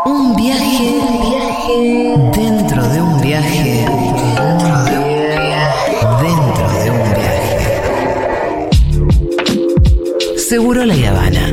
Un viaje dentro de un viaje dentro de un viaje dentro de un viaje. Seguro La Habana.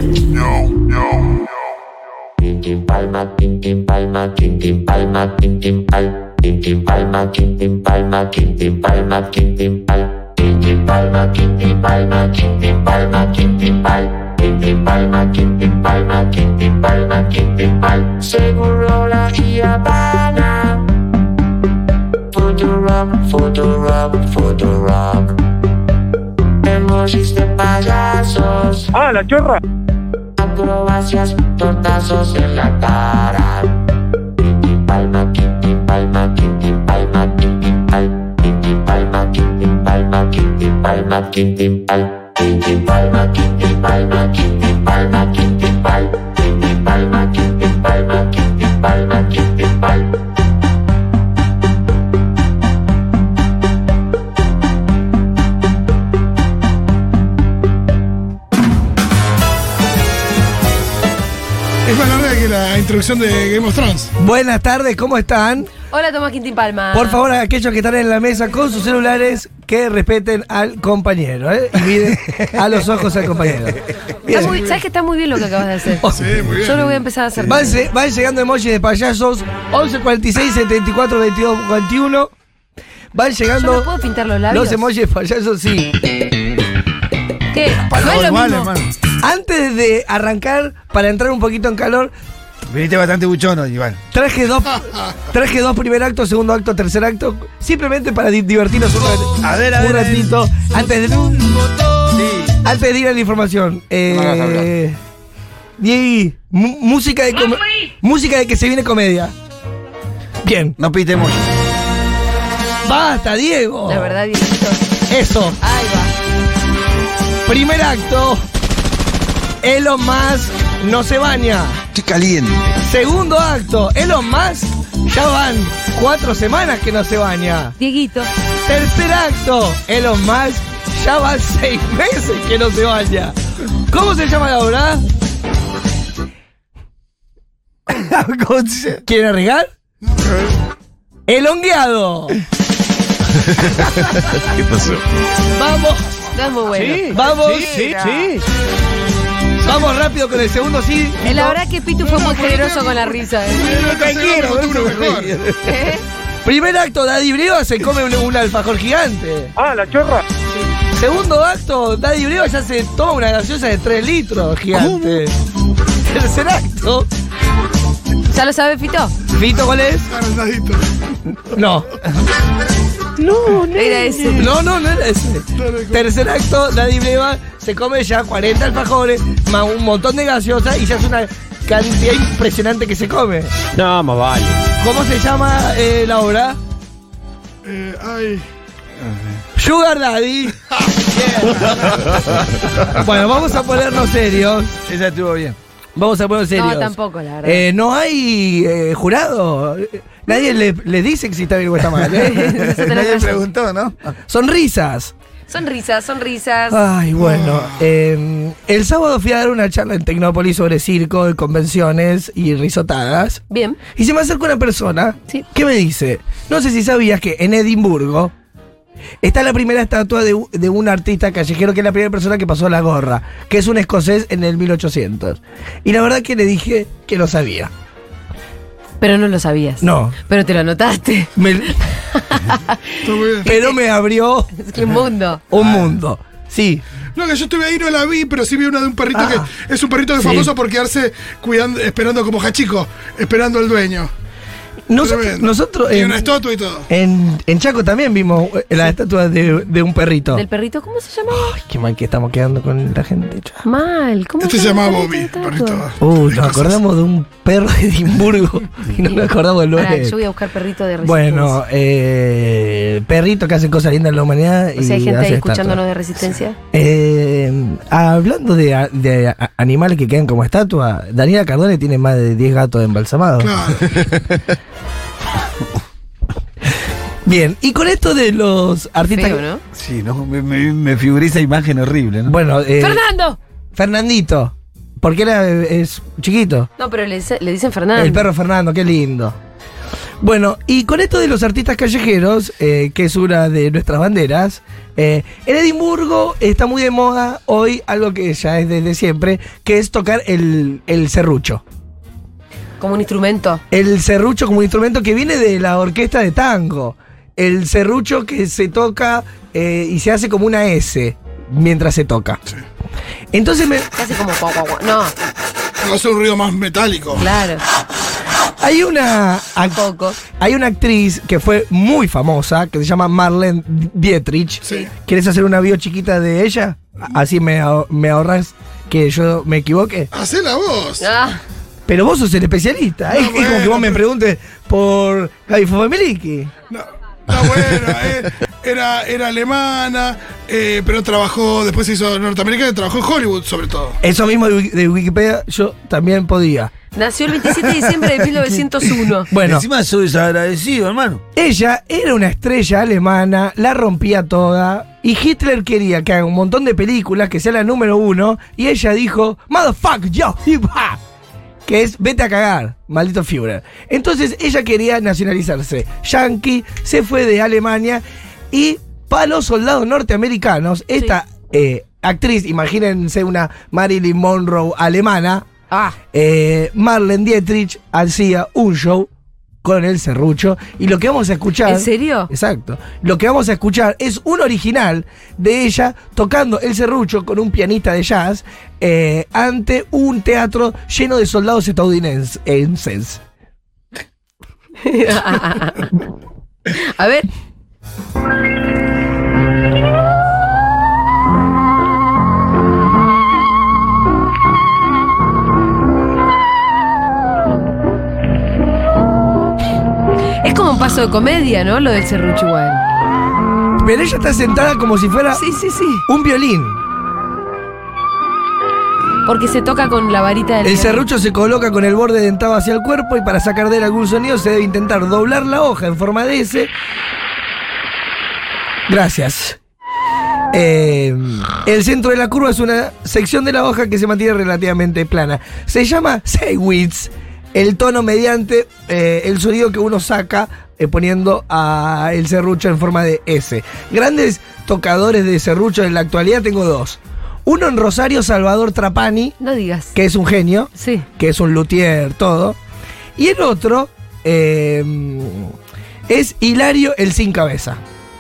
Tintin palma, tintin palma, tintin palma, tintin pal, tintin palma, tintin palma, tintin palma, tintin pal, tintin palma, tintin palma, tintin palma, tintin pal. Tintin palma, tintin palma, tintin palma, tintin pal. Seguro La Habana. Futurock, Futurock, Futurock. Emojis de payasos. ¡Ah, la chorra! Acrobacias, tortazos en la cara. Tintin palma, tintin palma, tintin palma, tintin pal. Tintin palma, tintin palma, tintin palma, tintin pal. Tintin palma, tintin palma, tintin palma, tintin pal. Tintin palma, tintin palma, tintin palma, tintin pal. Es más larga que la introducción de Game of Thrones. Buenas tardes, ¿cómo están? Hola, Tomás Quintín Palma. Por favor, a aquellos que están en la mesa con sus celulares, que respeten al compañero, y miren a los ojos al compañero. ¿Sabes que está muy bien lo que acabas de hacer? Sí, muy bien. Yo lo voy a empezar a hacer. Van llegando emojis de payasos, 11 46 74 22 41. Van ¿Yo llegando no puedo pintar los labios? los emojis de payasos, sí. ¿Qué? No es lo mismo. Antes de arrancar, para entrar un poquito en calor, Viniste bastante buchono, Iván. traje dos primer acto, segundo acto, tercer acto, simplemente para divertirnos un ratito. Antes de ir a la información. Diego, música de que se viene comedia. Bien. No pitemos. Basta, Diego. La verdad, Dieguito. Eso. Ahí va. Primer acto. Elon Musk no se baña. Estoy caliente. Segundo acto. Elon Musk ya van 4 semanas que no se baña. Dieguito. Tercer acto. Elon Musk ya van 6 meses que no se baña. ¿Cómo se llama la obra? ¿Quieren arriesgar? Elongueado. ¿Qué pasó? Vamos. No es muy bueno. Vamos. Vamos rápido con el segundo, sí. La verdad que Pitu fue muy generoso con la risa. ¿Eh? Primer acto, Daddy Breva se come un alfajor gigante. ¡Ah, la chorra! Segundo acto, Daddy Breva ya se toma una gaseosa de 3 litros gigante. Tercer acto. ¿Ya lo sabe, Fito? ¿Fito cuál es? Agrandadito. No. Era ese. No era ese. Tercer acto, Daddy Breva se come ya 40 alfajores, más un montón de gaseosa y ya es una cantidad impresionante que se come. No, más vale. ¿Cómo se llama la obra? Sugar Daddy. Bueno, vamos a ponernos serios. Esa estuvo bien. Vamos a ponernos serios. No, tampoco, la verdad. No hay jurado. Nadie le dice que si está bien o está mal. Nadie preguntó, ¿no? Sonrisas. Sonrisas. Ay, bueno. El sábado fui a dar una charla en Tecnópolis sobre circo, convenciones y risotadas. Bien. Y se me acerca una persona Sí. que me dice, no sé si sabías que en Edimburgo está la primera estatua de un artista callejero, que es la primera persona que pasó la gorra, que es un escocés en el 1800. Y la verdad que le dije que lo sabía. Pero no lo sabías. No. Pero te lo anotaste. Pero me abrió ¡Qué mundo! un mundo. Sí. No, que yo estuve ahí, no la vi, pero sí vi una de un perrito que es un perrito que es Sí. famoso por quedarse cuidando, esperando como Hachiko, esperando al dueño. Tremendo. Nosotros Tiene una estatua y todo. en Chaco también vimos la estatua de un perrito. ¿Del perrito cómo se llamaba? Ay, qué mal que estamos quedando con la gente. Mal. ¿Cómo Este se llama llamaba el Bobby, estatua? perrito. Nos acordamos de un perro de Edimburgo y no me acordamos del Pará, lugar. yo voy a buscar perrito de resistencia. Bueno, perrito que hace cosas lindas en la humanidad. O sea, hay y gente ahí hace escuchándonos estatua. de resistencia. Hablando de animales que quedan como estatua, Daniela Cardone tiene más de 10 gatos embalsamados. Claro. Bien, y con esto de los artistas... Feo, ¿no? Sí, ¿no? Me figuré esa imagen horrible, ¿no? Bueno, ¡Fernando! Fernandito. Porque es chiquito. No, pero le dicen Fernando. El perro Fernando, qué lindo. Bueno, y con esto de los artistas callejeros, que es una de nuestras banderas, en Edimburgo está muy de moda hoy algo que ya es desde siempre, que es tocar el serrucho. Como un instrumento. El serrucho como un instrumento que viene de la orquesta de tango. El serrucho que se toca y se hace como una S mientras se toca. Sí. Entonces Casi como no, No hace un ruido más metálico. claro. hay una Poco. hay una actriz que fue muy famosa que se llama Marlene Dietrich. Sí. ¿Quieres hacer una bio chiquita de ella? Así me ahorras que yo me equivoque. Hacé la voz. Ah, Pero vos sos el especialista. Es como que bueno, vos me pero- preguntes por Gaby Fomeliki. No, bueno, era alemana, pero trabajó, después se hizo norteamericana y trabajó en Hollywood sobre todo. Eso mismo de Wikipedia yo también podía. nació el 27 de diciembre de 1901. Bueno, Encima soy desagradecido, hermano. ella era una estrella alemana, la rompía toda, y Hitler quería que haga un montón de películas, que sea la número 1, y ella dijo, motherfuck, yo, que es vete a cagar, maldito Führer. Entonces ella quería nacionalizarse yankee, se fue de Alemania, y para los soldados norteamericanos, esta actriz, imagínense una Marilyn Monroe alemana, Ah, Marlene Dietrich hacía un show con el serrucho, y lo que vamos a escuchar... ¿en serio? Exacto. Lo que vamos a escuchar es un original de ella tocando el serrucho con un pianista de jazz ante un teatro lleno de soldados estadounidenses. A ver. Es como un paso de comedia, ¿no? Lo del serrucho igual. Pero ella está sentada como si fuera Sí, sí, sí. un violín. Porque se toca con la varita del El violín. serrucho se coloca con el borde dentado hacia el cuerpo, y para sacar de él algún sonido se debe intentar doblar la hoja en forma de S. Gracias. El centro de la curva es una sección de la hoja que se mantiene relativamente plana. Se llama Seywitz, el tono mediante el sonido que uno saca poniendo a el serrucho en forma de S. Grandes tocadores de serrucho en la actualidad tengo dos. Uno en Rosario, Salvador Trapani, No digas. que es un genio, Sí. que es un luthier, todo. Y el otro es Hilario el Sin Cabeza.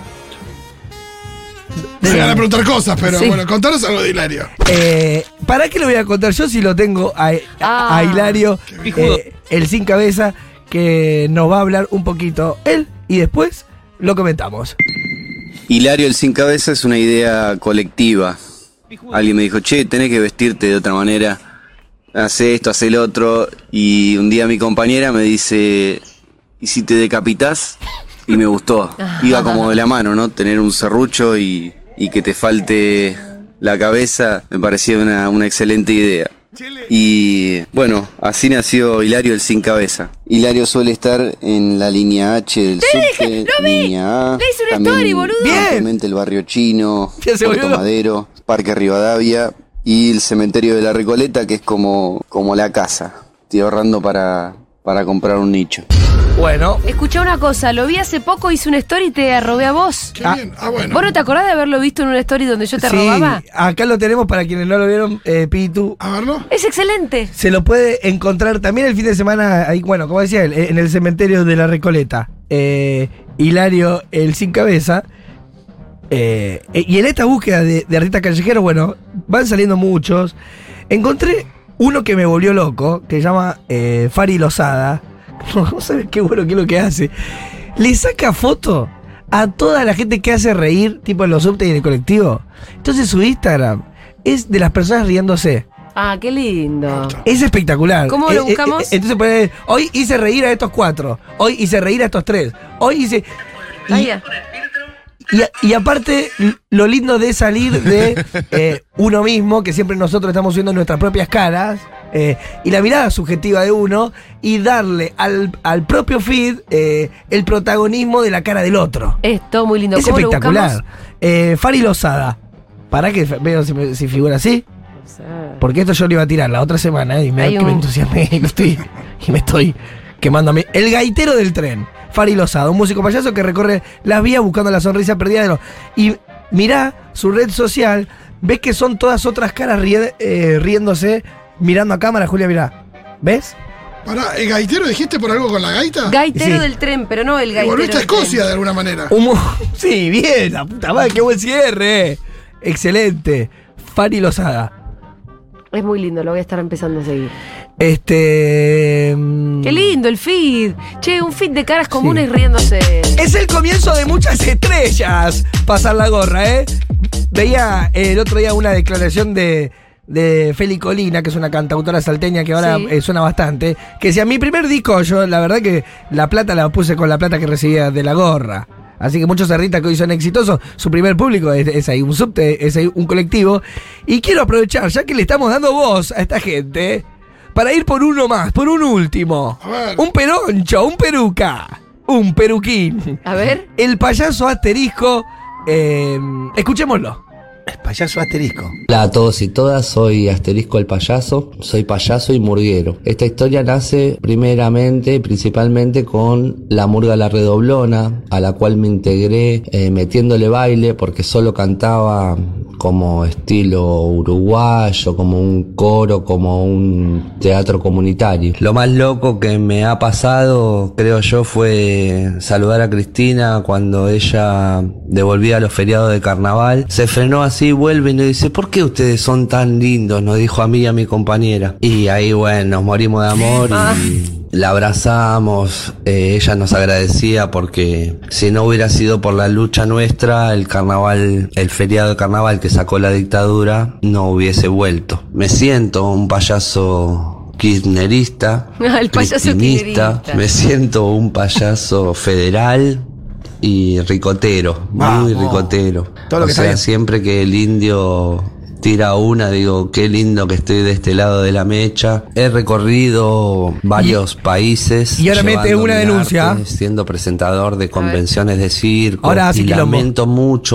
Se van a preguntar cosas, pero Sí. bueno, contanos algo de Hilario. ¿Para qué lo voy a contar yo si lo tengo a Hilario el Sin Cabeza, que nos va a hablar un poquito él y después lo comentamos? Hilario el Sin Cabeza es una idea colectiva. Alguien me dijo, che, tenés que vestirte de otra manera, hace esto, hace el otro, y un día mi compañera me dice, ¿y si te decapitás? Y me gustó, iba como de la mano, ¿no? Tener un serrucho y que te falte la cabeza, me parecía una excelente idea. Y bueno, así nació Hilario el Sin Cabeza. Hilario suele estar en la línea H del subte, lo vi. línea A, Le hice una también story, boludo. Bien. ampliamente el barrio chino, Ya se Puerto volvió. Madero, Parque Rivadavia y el cementerio de la Recoleta, que es como la casa. Estoy ahorrando para comprar un nicho. Bueno, Escuchá una cosa, lo vi hace poco, hice una story y te arrobé a vos. Qué bien. Ah, bueno. ¿Vos no te acordás de haberlo visto en una story donde yo te sí, robaba? acá lo tenemos para quienes no lo vieron, Pitu. A verlo. Es excelente. Se lo puede encontrar también el fin de semana, ahí, bueno, como decía él, en el cementerio de la Recoleta. Hilario el Sin Cabeza. Y en esta búsqueda de artistas callejeros, bueno, van saliendo muchos. Encontré uno que me volvió loco, que se llama Fari Lozada. No sabes qué bueno que es lo que hace. Le saca foto a toda la gente que hace reír, tipo en los subtes y en el colectivo. Entonces su Instagram es de las personas riéndose. Ah, qué lindo. Es espectacular. ¿Cómo lo buscamos? Entonces pone, hoy hice reír a estos 4, hoy hice reír a estos 3, hoy hice... y- Vaya. y aparte, lo lindo de salir de uno mismo, que siempre nosotros estamos viendo nuestras propias caras, y la mirada subjetiva de uno, y darle al propio feed el protagonismo de la cara del otro. Es todo muy lindo. Es ¿Cómo lo espectacular. buscamos? Fari Lozada. ¿Para que veo si figura así? Porque esto yo lo iba a tirar la otra semana y me entusiasmé y me estoy quemando a mí. El gaitero del tren, Fari Lozada, un músico payaso que recorre las vías buscando la sonrisa perdida de los... Y mirá su red social, ves que son todas otras caras riéndose, mirando a cámara, Julia, mirá. ¿Ves? Pará, ¿el gaitero dijiste por algo con la gaita? Gaitero Sí. del tren, pero no el Y gaitero. volviste a del tren. Escocia de alguna manera. Sí, bien, la puta madre, qué buen cierre. Excelente. Fari Lozada. Es muy lindo, lo voy a estar empezando a seguir. Qué Qué lindo el feed. Che, un feed de caras comunes riéndose. Es el comienzo de muchas estrellas. Pasar la gorra, ¿eh? Veía el otro día una declaración de Feli Colina, que es una cantautora salteña que ahora Sí. suena bastante, que decía, mi primer disco, yo la verdad que la plata la puse con la plata que recibía de la gorra. Así que muchos cerritas que hoy son exitosos, su primer público es ahí un subte, es ahí un colectivo. Y quiero aprovechar, ya que le estamos dando voz a esta gente, para ir por uno más, por un último. A ver. Un peroncho, un peruca, un peruquín. A ver. El payaso asterisco, escuchémoslo. El payaso asterisco. Hola a todos y todas, soy Asterisco el Payaso, soy payaso y murguero. Esta historia nace principalmente con la murga La Redoblona, a la cual me integré metiéndole baile porque solo cantaba como estilo uruguayo, como un coro, como un teatro comunitario. Lo más loco que me ha pasado, creo yo, fue saludar a Cristina cuando ella devolvía los feriados de carnaval. Se frenó así, vuelve y nos dice, ¿por qué ustedes son tan lindos? Nos dijo a mí y a mi compañera. Y ahí, bueno, nos morimos de amor y la abrazamos. Ella nos agradecía porque si no hubiera sido por la lucha nuestra, el carnaval, el feriado de carnaval que sacó la dictadura, no hubiese vuelto. Me siento un payaso kirchnerista, El payaso cristinista. kirchnerista. Me siento un payaso federal y ricotero, muy Vamos. ricotero. Todo lo O que está sea, bien. siempre que el indio tira una, digo, qué lindo que estoy de este lado de la mecha. He recorrido varios países. y ahora mete llevando una mi denuncia. arte, siendo presentador de convenciones de circo. Ahora sí y quilombo. lamento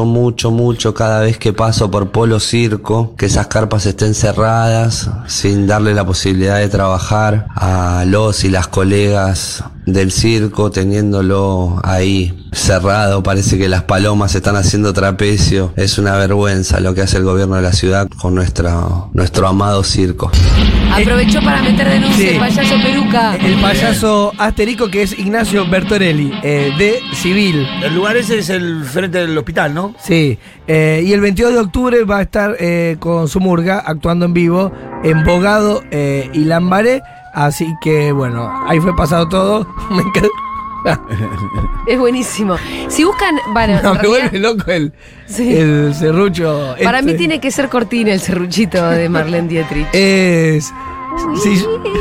mucho cada vez que paso por Polo Circo, que esas carpas estén cerradas, sin darle la posibilidad de trabajar a los y las colegas del circo, teniéndolo ahí cerrado. Parece que las palomas están haciendo trapecio. Es una vergüenza lo que hace el gobierno de la ciudad con nuestro amado circo. Aprovechó para meter denuncia Sí. el payaso peruca. El payaso asterisco que es Ignacio Bertorelli, de Civil. El lugar ese es el frente del hospital, ¿no? Sí, y el 22 de octubre va a estar con su murga actuando en vivo en Bogado y Lambaré. Así que bueno, ahí fue pasado todo. Me encanta. Es buenísimo. Si buscan, bueno, No, en me realidad, vuelve loco Sí. el serrucho. para mí este. tiene que ser cortina el serruchito de Marlene Dietrich. Es. Sí.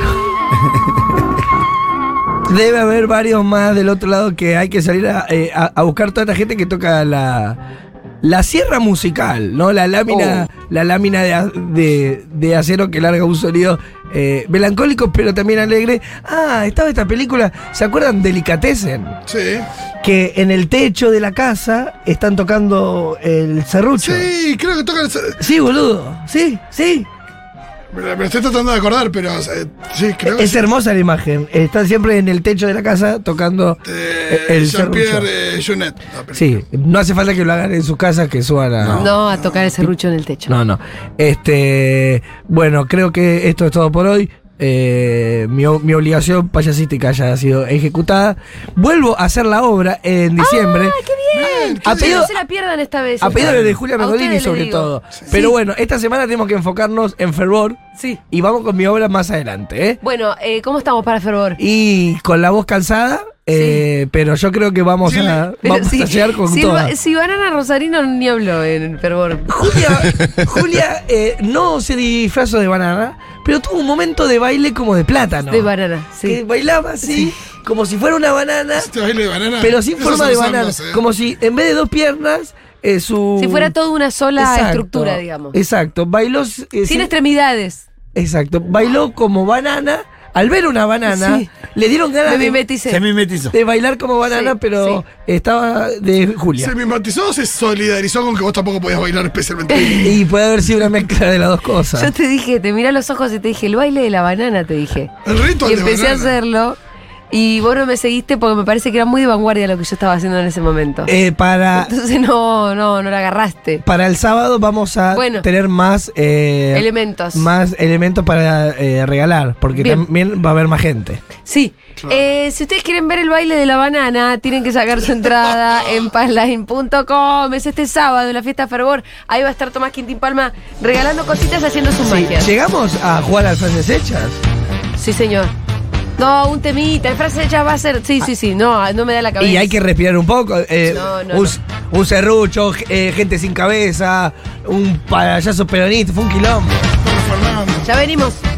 Debe haber varios más del otro lado que hay que salir a buscar toda esta gente que toca la sierra musical, ¿no? La lámina, la lámina de acero que larga un sonido melancólico, pero también alegre. Ah, estaba esta película, ¿se acuerdan? Delicatessen. Sí. Que en el techo de la casa están tocando el serrucho. Sí, creo que toca el... Sí, boludo. Sí, sí. Me estoy tratando de acordar, pero sí, creo que Es sí. hermosa la imagen. Están siempre en el techo de la casa tocando el serrucho. Jean-Pierre Jeunet. Sí, no hace falta que lo hagan en sus casas, que suban a... No, a tocar el serrucho en el techo. No. Bueno, creo que esto es todo por hoy. Mi obligación payasística ya ha sido ejecutada. Vuelvo a hacer la obra en diciembre. ¡Qué bien! A Que pedido- no se la pierdan esta vez. A pedido de Julia A Mengolini ustedes sobre les digo. todo. Pero bueno, esta semana tenemos que enfocarnos en Fervor. Sí. Y vamos con mi obra más adelante, ¿eh? Bueno, ¿cómo estamos para Fervor? Y con la voz cansada, pero yo creo que vamos a llegar con toda. Si Banana Rosarino ni habló en Fervor. Julia no se disfrazó de banana, pero tuvo un momento de baile como de plátano. De banana, Que sí. bailaba así, como si fuera una banana, Este baile de banana. pero sin esos forma son de los banana. ambos, Como si en vez de dos piernas, su... Si fuera toda una sola Exacto, estructura, digamos. Exacto, bailó... Sin extremidades. Exacto, bailó como banana. Al ver una banana, Sí. Le dieron ganas Me de, mimeticé. Se mimetizó. de bailar como banana, Sí, pero estaba de Julia. ¿Se mimetizó o se solidarizó con que vos tampoco podías bailar especialmente bien? Y puede haber sido una mezcla de las dos cosas. Yo te dije, te miré a los ojos y te dije, el baile de la banana, te dije. El ritual Y de empecé a banana. hacerlo. Y vos no me seguiste porque me parece que era muy de vanguardia lo que yo estaba haciendo en ese momento. Entonces no la agarraste. Para el sábado vamos a Bueno. tener más Elementos. Más elementos para regalar, porque Bien. también va a haber más gente. Sí. Si ustedes quieren ver el baile de la banana, tienen que sacar su entrada en panline.com. Es este sábado en la fiesta Fervor. Ahí va a estar Tomás Quintín Palma regalando cositas, haciendo sus magias. ¿Llegamos a jugar al frases hechas? Sí, señor. No, un temita. El frase ya va a ser. Sí. No me da la cabeza. Y hay que respirar un poco. No. Un serrucho, gente sin cabeza, un payaso peronista, fue un quilombo. Fernando. Ya venimos.